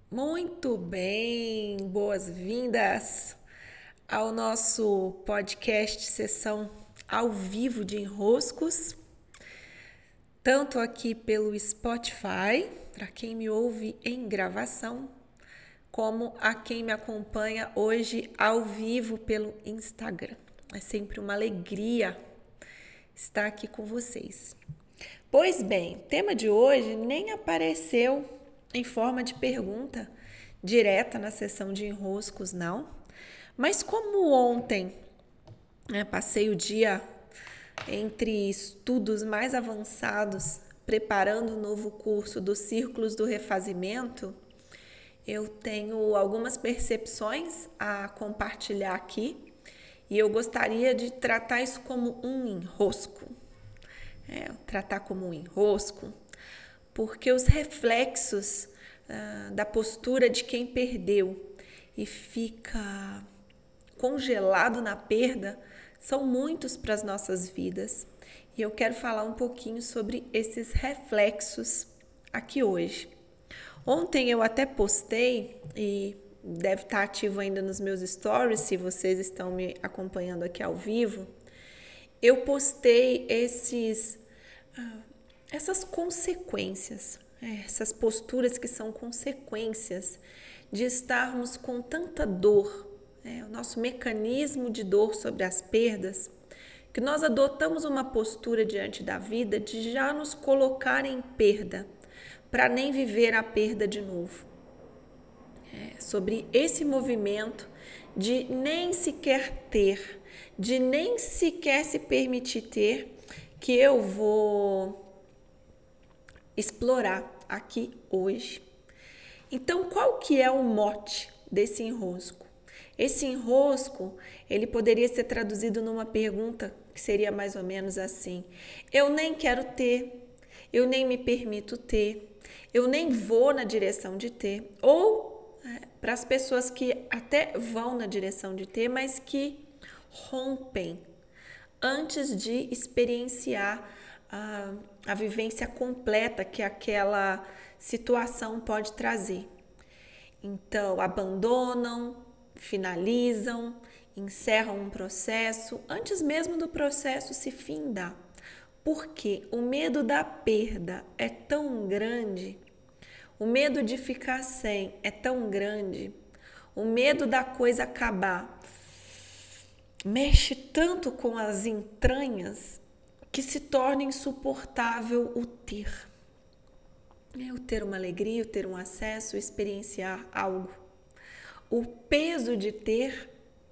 Muito bem, boas-vindas ao nosso podcast sessão ao vivo de enroscos, tanto aqui pelo Spotify, para quem me ouve em gravação, como a quem me acompanha hoje ao vivo pelo Instagram. É sempre uma alegria estar aqui com vocês. Pois bem, o tema de hoje nem apareceu em forma de pergunta direta na sessão de enroscos, não. Mas como ontem, passei o dia entre estudos mais avançados, preparando o novo curso dos Círculos do Refazimento, eu tenho algumas percepções a compartilhar aqui e eu gostaria de tratar isso como um enrosco. Tratar como um enrosco, porque os reflexos da postura de quem perdeu e fica congelado na perda são muitos para as nossas vidas. E eu quero falar um pouquinho sobre esses reflexos aqui hoje. Ontem eu até postei, e deve estar ativo ainda nos meus stories, se vocês estão me acompanhando aqui ao vivo, eu postei essas consequências, essas posturas que são consequências de estarmos com tanta dor, o nosso mecanismo de dor sobre as perdas, que nós adotamos uma postura diante da vida de já nos colocar em perda, para nem viver a perda de novo. Sobre esse movimento de nem sequer ter, de nem sequer se permitir ter, que eu vou explorar aqui hoje. Então, qual que é o mote desse enrosco? Esse enrosco, ele poderia ser traduzido numa pergunta que seria mais ou menos assim: eu nem quero ter, eu nem me permito ter, eu nem vou na direção de ter. Ou para as pessoas que até vão na direção de ter, mas que rompem antes de experienciar a vivência completa que aquela situação pode trazer. Então, abandonam, finalizam, encerram um processo antes mesmo do processo se findar. Porque o medo da perda é tão grande, o medo de ficar sem é tão grande, o medo da coisa acabar mexe tanto com as entranhas que se torna insuportável o ter. O ter uma alegria, o ter um acesso, experienciar algo. O peso de ter,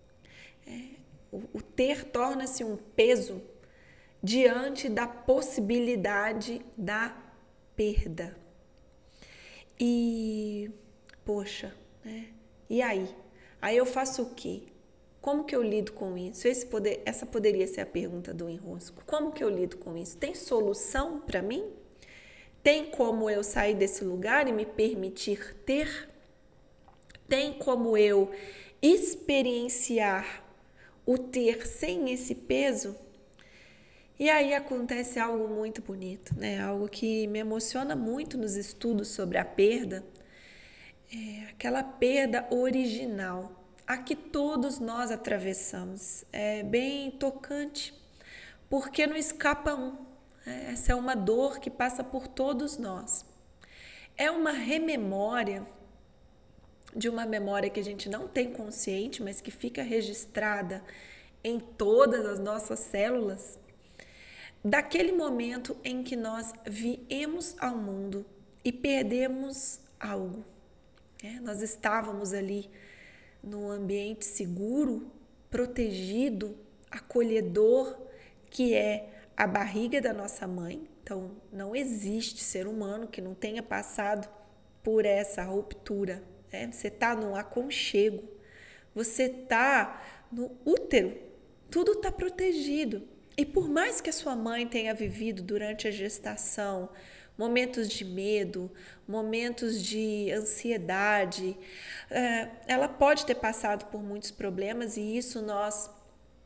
o ter torna-se um peso diante da possibilidade da perda. E, poxa, e aí? Aí eu faço o quê? Como que eu lido com isso? Essa poderia ser a pergunta do enrosco. Como que eu lido com isso? Tem solução para mim? Tem como eu sair desse lugar e me permitir ter? Tem como eu experienciar o ter sem esse peso? E aí acontece algo muito bonito, Algo que me emociona muito nos estudos sobre a perda. É aquela perda original, a que todos nós atravessamos. É bem tocante, porque não escapa um. Essa é uma dor que passa por todos nós. É uma rememória de uma memória que a gente não tem consciente, mas que fica registrada em todas as nossas células, daquele momento em que nós viemos ao mundo e perdemos algo. Nós estávamos ali no ambiente seguro, protegido, acolhedor, que é a barriga da nossa mãe. Então, não existe ser humano que não tenha passado por essa ruptura. Você está num aconchego, você está no útero, tudo está protegido. E por mais que a sua mãe tenha vivido durante a gestação momentos de medo, momentos de ansiedade, ela pode ter passado por muitos problemas, e isso nós,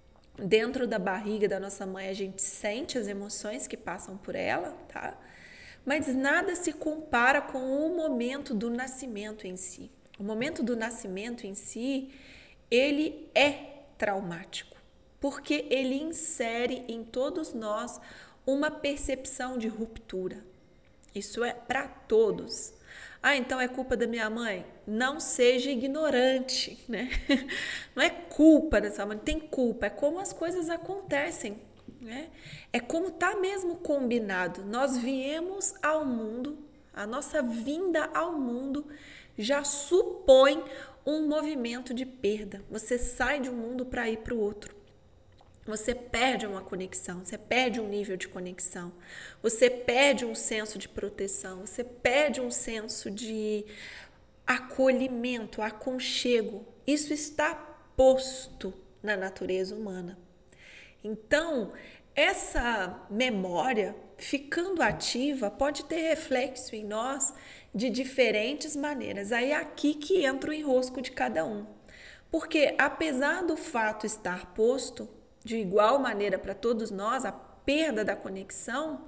dentro da barriga da nossa mãe, a gente sente as emoções que passam por ela, tá? mas nada se compara com o momento do nascimento em si. O momento do nascimento em si, ele é traumático, porque ele insere em todos nós uma percepção de ruptura. Isso é para todos. Ah, então é culpa da minha mãe? Não seja ignorante, né? Não é culpa da sua mãe, tem culpa, é como as coisas acontecem, né? É como tá mesmo combinado. Nós viemos ao mundo, a nossa vinda ao mundo já supõe um movimento de perda. Você sai de um mundo para ir para o outro. Você perde uma conexão, você perde um nível de conexão, você perde um senso de proteção, você perde um senso de acolhimento, aconchego. Isso está posto na natureza humana. Então, essa memória, ficando ativa, pode ter reflexo em nós de diferentes maneiras. Aí é aqui que entra o enrosco de cada um. Porque apesar do fato estar posto de igual maneira para todos nós, a perda da conexão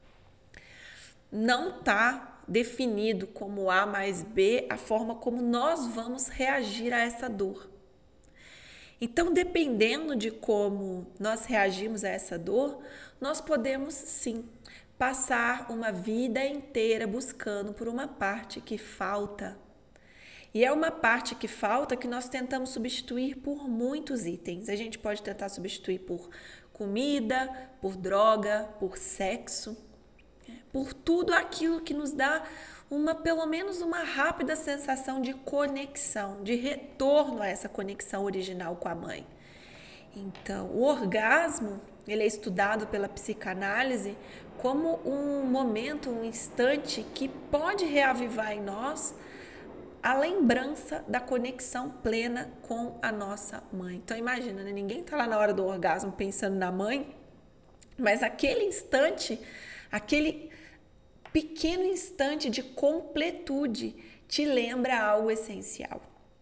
não está definido como A mais B a forma como nós vamos reagir a essa dor. Então, dependendo de como nós reagimos a essa dor, nós podemos sim passar uma vida inteira buscando por uma parte que falta. E é uma parte que falta que nós tentamos substituir por muitos itens. A gente pode tentar substituir por comida, por droga, por sexo, por tudo aquilo que nos dá pelo menos uma rápida sensação de conexão, de retorno a essa conexão original com a mãe. Então, o orgasmo, ele é estudado pela psicanálise como um momento, um instante que pode reavivar em nós a lembrança da conexão plena com a nossa mãe. Então imagina, né? Ninguém tá lá na hora do orgasmo pensando na mãe, mas aquele instante, aquele pequeno instante de completude te lembra algo essencial.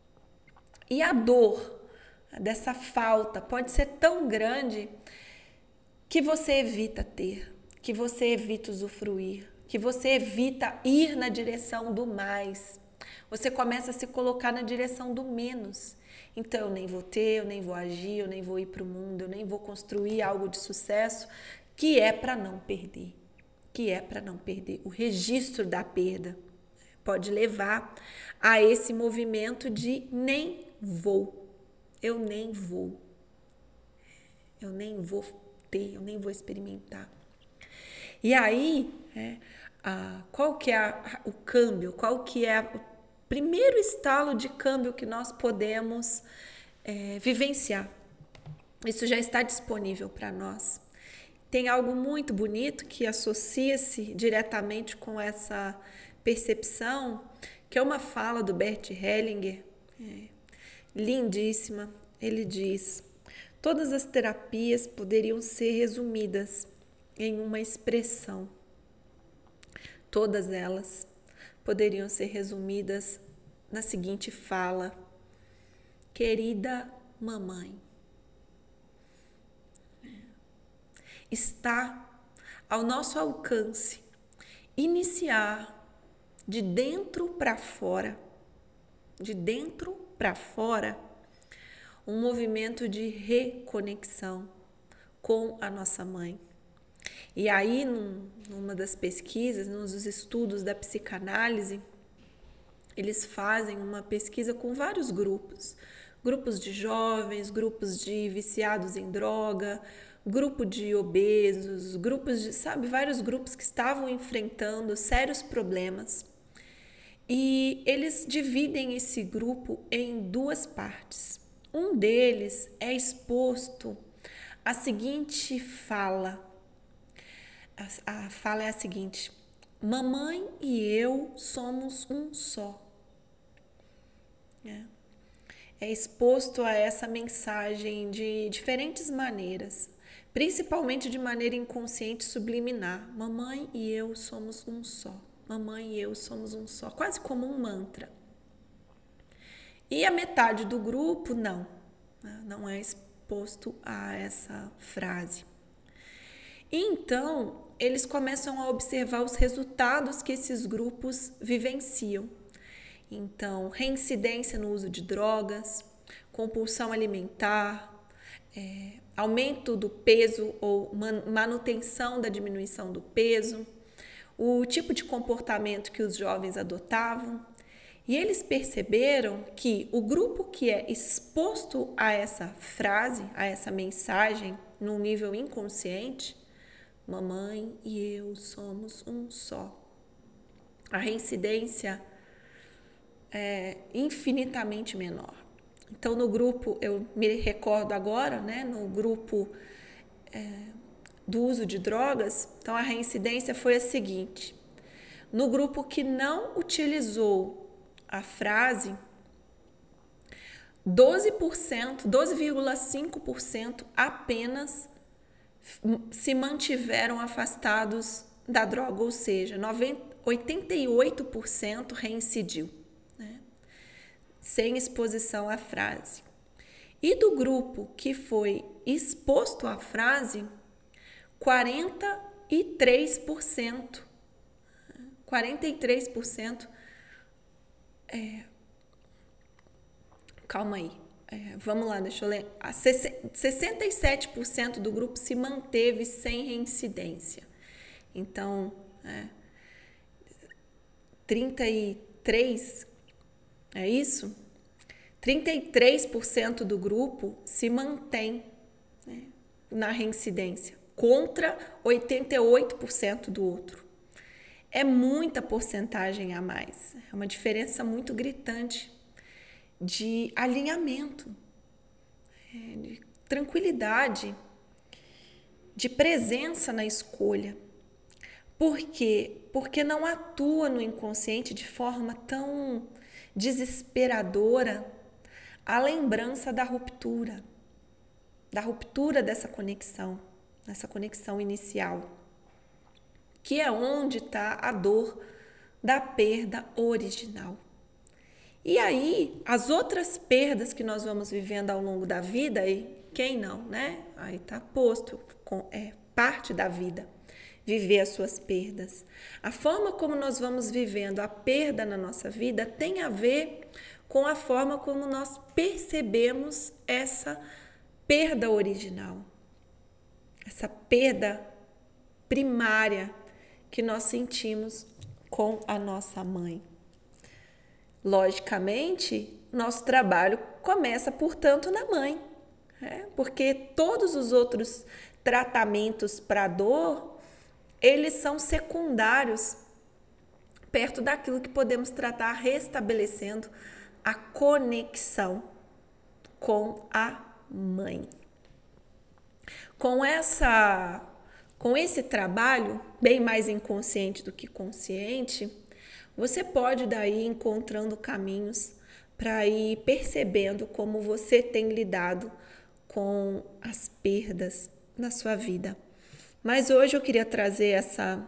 E a dor dessa falta pode ser tão grande que você evita ter, que você evita usufruir, que você evita ir na direção do mais. Você começa a se colocar na direção do menos. Então, eu nem vou ter, eu nem vou agir, eu nem vou ir para o mundo, eu nem vou construir algo de sucesso, que é para não perder. Que é para não perder. O registro da perda pode levar a esse movimento de nem vou. Eu nem vou. Eu nem vou ter, eu nem vou experimentar. E aí, qual que é o câmbio? Qual que é o primeiro estalo de câmbio que nós podemos vivenciar? Isso já está disponível para nós. Tem algo muito bonito que associa-se diretamente com essa percepção, que é uma fala do Bert Hellinger, lindíssima. Ele diz: todas as terapias poderiam ser resumidas em uma expressão. Todas elas poderiam ser resumidas na seguinte fala: querida mamãe. Está ao nosso alcance iniciar de dentro para fora, um movimento de reconexão com a nossa mãe. E aí, numa das pesquisas, nos estudos da psicanálise, eles fazem uma pesquisa com vários grupos. Grupos de jovens, grupos de viciados em droga, grupo de obesos, vários grupos que estavam enfrentando sérios problemas. E eles dividem esse grupo em duas partes. Um deles é exposto à seguinte fala. A fala é a seguinte: mamãe e eu somos um só. É exposto a essa mensagem de diferentes maneiras, principalmente de maneira inconsciente subliminar. Mamãe e eu somos um só. Mamãe e eu somos um só. Quase como um mantra. E a metade do grupo não é exposto a essa frase. Então, eles começam a observar os resultados que esses grupos vivenciam. Então, reincidência no uso de drogas, compulsão alimentar, aumento do peso ou manutenção da diminuição do peso, o tipo de comportamento que os jovens adotavam. E eles perceberam que o grupo que é exposto a essa frase, a essa mensagem, num nível inconsciente, mamãe e eu somos um só. A reincidência é infinitamente menor. Então, no grupo, eu me recordo agora, né, no grupo do uso de drogas, então a reincidência foi a seguinte: no grupo que não utilizou a frase, 12,5% apenas se mantiveram afastados da droga, ou seja, 88% reincidiu, né, sem exposição à frase. E do grupo que foi exposto à frase, 43%. 43%. Calma aí. Vamos lá, deixa eu ler. 67% do grupo se manteve sem reincidência. Então, 33%, é isso? 33% do grupo se mantém, né, na reincidência, contra 88% do outro. É muita porcentagem a mais, é uma diferença muito gritante de alinhamento, de tranquilidade, de presença na escolha. Por quê? Porque não atua no inconsciente de forma tão desesperadora a lembrança da ruptura dessa conexão inicial, que é onde está a dor da perda original. E aí, as outras perdas que nós vamos vivendo ao longo da vida, e quem não, né? Aí está posto, é parte da vida, viver as suas perdas. A forma como nós vamos vivendo a perda na nossa vida tem a ver com a forma como nós percebemos essa perda original, essa perda primária que nós sentimos com a nossa mãe. Logicamente, nosso trabalho começa, portanto, na mãe, porque todos os outros tratamentos para dor, eles são secundários perto daquilo que podemos tratar restabelecendo a conexão com a mãe. Com esse trabalho, bem mais inconsciente do que consciente, você pode daí ir encontrando caminhos para ir percebendo como você tem lidado com as perdas na sua vida. Mas hoje eu queria trazer essa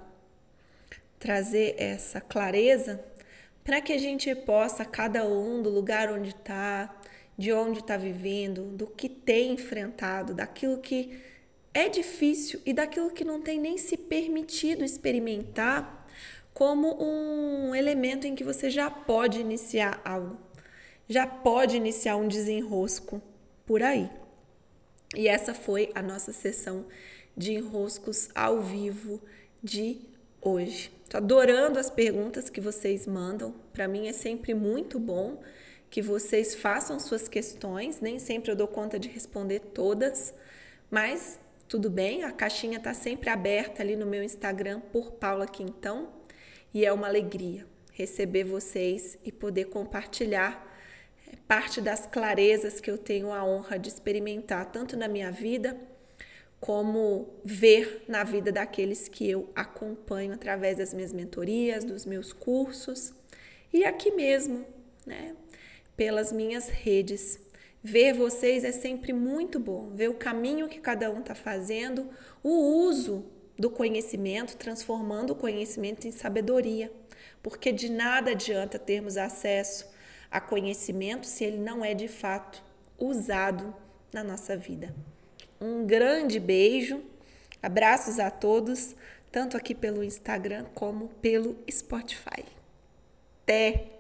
clareza para que a gente possa, cada um do lugar onde está, de onde está vivendo, do que tem enfrentado, daquilo que é difícil e daquilo que não tem nem se permitido experimentar, como um elemento em que você já pode iniciar algo, já pode iniciar um desenrosco por aí. E essa foi a nossa sessão de enroscos ao vivo de hoje. Estou adorando as perguntas que vocês mandam. Para mim é sempre muito bom que vocês façam suas questões. Nem sempre eu dou conta de responder todas, mas tudo bem, a caixinha está sempre aberta ali no meu Instagram por Paula Quintão. E é uma alegria receber vocês e poder compartilhar parte das clarezas que eu tenho a honra de experimentar, tanto na minha vida, como ver na vida daqueles que eu acompanho através das minhas mentorias, dos meus cursos e aqui mesmo, né, pelas minhas redes. Ver vocês é sempre muito bom, ver o caminho que cada um está fazendo, o uso do conhecimento, transformando o conhecimento em sabedoria, porque de nada adianta termos acesso a conhecimento se ele não é de fato usado na nossa vida. Um grande beijo, Abraços a todos, tanto aqui pelo Instagram como pelo Spotify. Até!